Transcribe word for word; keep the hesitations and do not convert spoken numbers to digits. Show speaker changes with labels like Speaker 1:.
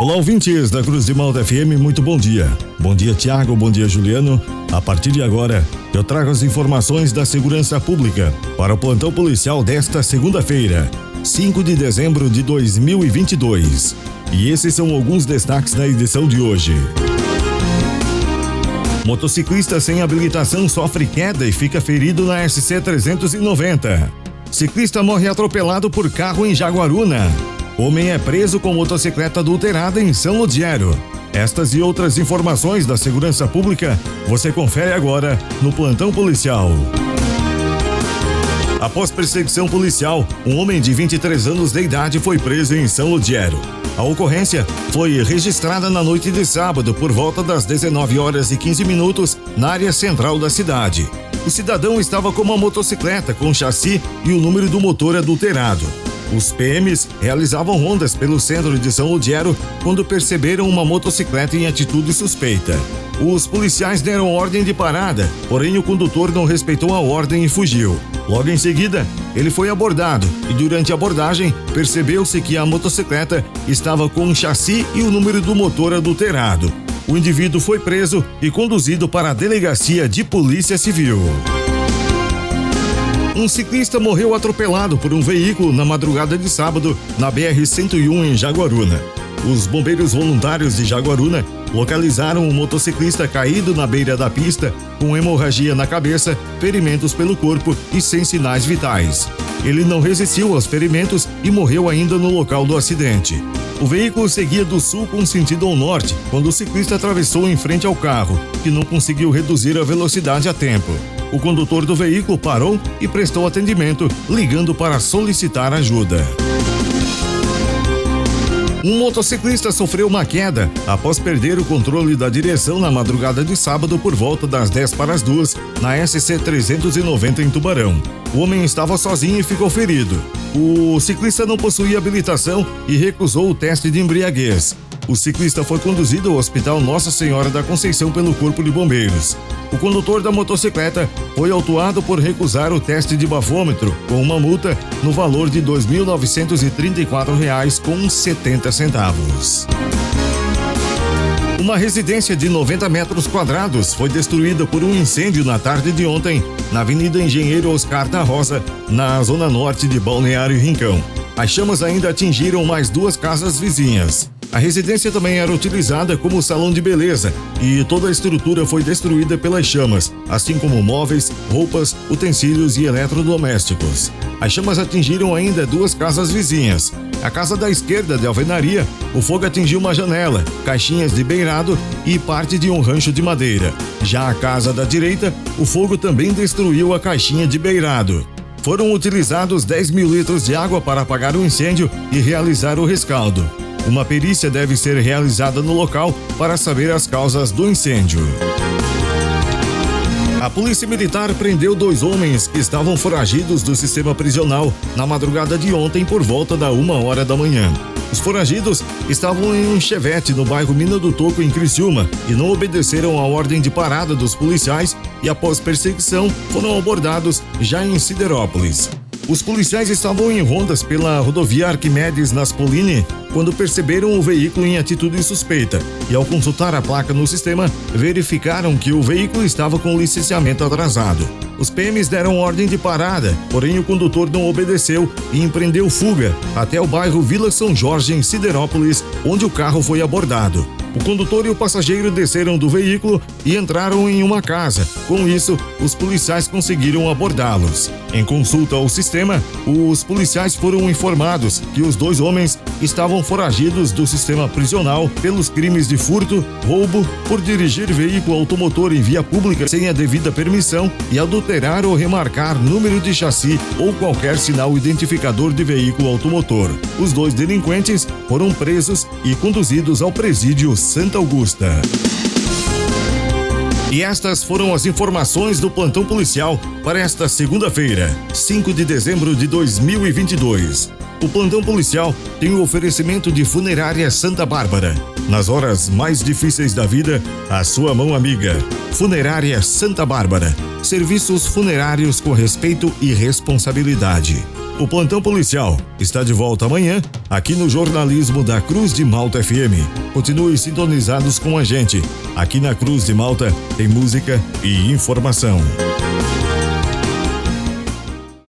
Speaker 1: Olá, ouvintes da Cruz de Malta F M, muito bom dia. Bom dia, Tiago, bom dia, Juliano. A partir de agora, eu trago as informações da segurança pública para o plantão policial desta segunda-feira, cinco de dezembro de dois mil e vinte e dois. E esses são alguns destaques da edição de hoje. Motociclista sem habilitação sofre queda e fica ferido na S C trezentos e noventa. Ciclista morre atropelado por carro em Jaguaruna. Homem é preso com motocicleta adulterada em São Lodiero. Estas e outras informações da segurança pública você confere agora no plantão policial. Após perseguição policial, um homem de vinte e três anos de idade foi preso em São Lodiero. A ocorrência foi registrada na noite de sábado por volta das dezenove horas e quinze minutos na área central da cidade. O cidadão estava com uma motocicleta com chassi e o número do motor adulterado. Os P Ms realizavam rondas pelo centro de São Lodiero quando perceberam uma motocicleta em atitude suspeita. Os policiais deram ordem de parada, porém o condutor não respeitou a ordem e fugiu. Logo em seguida, ele foi abordado e durante a abordagem percebeu-se que a motocicleta estava com um chassi e o número do motor adulterado. O indivíduo foi preso e conduzido para a delegacia de polícia civil. Um ciclista morreu atropelado por um veículo na madrugada de sábado na B R cento e um em Jaguaruna. Os bombeiros voluntários de Jaguaruna localizaram um motociclista caído na beira da pista com hemorragia na cabeça, ferimentos pelo corpo e sem sinais vitais. Ele não resistiu aos ferimentos e morreu ainda no local do acidente. O veículo seguia do sul com sentido ao norte quando o ciclista atravessou em frente ao carro, que não conseguiu reduzir a velocidade a tempo. O condutor do veículo parou e prestou atendimento, ligando para solicitar ajuda. Um motociclista sofreu uma queda após perder o controle da direção na madrugada de sábado por volta das dez para as duas, na S C trezentos e noventa em Tubarão. O homem estava sozinho e ficou ferido. O ciclista não possuía habilitação e recusou o teste de embriaguez. O ciclista foi conduzido ao Hospital Nossa Senhora da Conceição pelo Corpo de Bombeiros. O condutor da motocicleta foi autuado por recusar o teste de bafômetro com uma multa no valor de dois mil novecentos e trinta e quatro reais com setenta centavos. Uma residência de noventa metros quadrados foi destruída por um incêndio na tarde de ontem na Avenida Engenheiro Oscar da Rosa, na zona norte de Balneário Rincão. As chamas ainda atingiram mais duas casas vizinhas. A residência também era utilizada como salão de beleza e toda a estrutura foi destruída pelas chamas, assim como móveis, roupas, utensílios e eletrodomésticos. As chamas atingiram ainda duas casas vizinhas. A casa da esquerda de alvenaria, o fogo atingiu uma janela, caixinhas de beirado e parte de um rancho de madeira. Já a casa da direita, o fogo também destruiu a caixinha de beirado. Foram utilizados dez mil litros de água para apagar o incêndio e realizar o rescaldo. Uma perícia deve ser realizada no local para saber as causas do incêndio. A Polícia Militar prendeu dois homens que estavam foragidos do sistema prisional na madrugada de ontem por volta da uma hora da manhã. Os foragidos estavam em um chevette no bairro Mina do Toco, em Criciúma, e não obedeceram à ordem de parada dos policiais e, após perseguição, foram abordados já em Siderópolis. Os policiais estavam em rondas pela rodovia Arquimedes Naspolini quando perceberam o veículo em atitude suspeita e, ao consultar a placa no sistema, verificaram que o veículo estava com licenciamento atrasado. Os P Ms deram ordem de parada, porém o condutor não obedeceu e empreendeu fuga até o bairro Vila São Jorge, em Siderópolis, onde o carro foi abordado. O condutor e o passageiro desceram do veículo e entraram em uma casa. Com isso, os policiais conseguiram abordá-los. Em consulta ao sistema, os policiais foram informados que os dois homens estavam foragidos do sistema prisional pelos crimes de furto, roubo, por dirigir veículo automotor em via pública sem a devida permissão e adulterar ou remarcar número de chassi ou qualquer sinal identificador de veículo automotor. Os dois delinquentes foram presos e conduzidos ao presídio Santa Augusta. E estas foram as informações do plantão policial para esta segunda-feira, cinco de dezembro de dois mil e vinte e dois. O plantão policial tem o oferecimento de Funerária Santa Bárbara. Nas horas mais difíceis da vida, a sua mão amiga. Funerária Santa Bárbara. Serviços funerários com respeito e responsabilidade. O Plantão Policial está de volta amanhã aqui no jornalismo da Cruz de Malta F M. Continue sintonizados com a gente. Aqui na Cruz de Malta tem música e informação.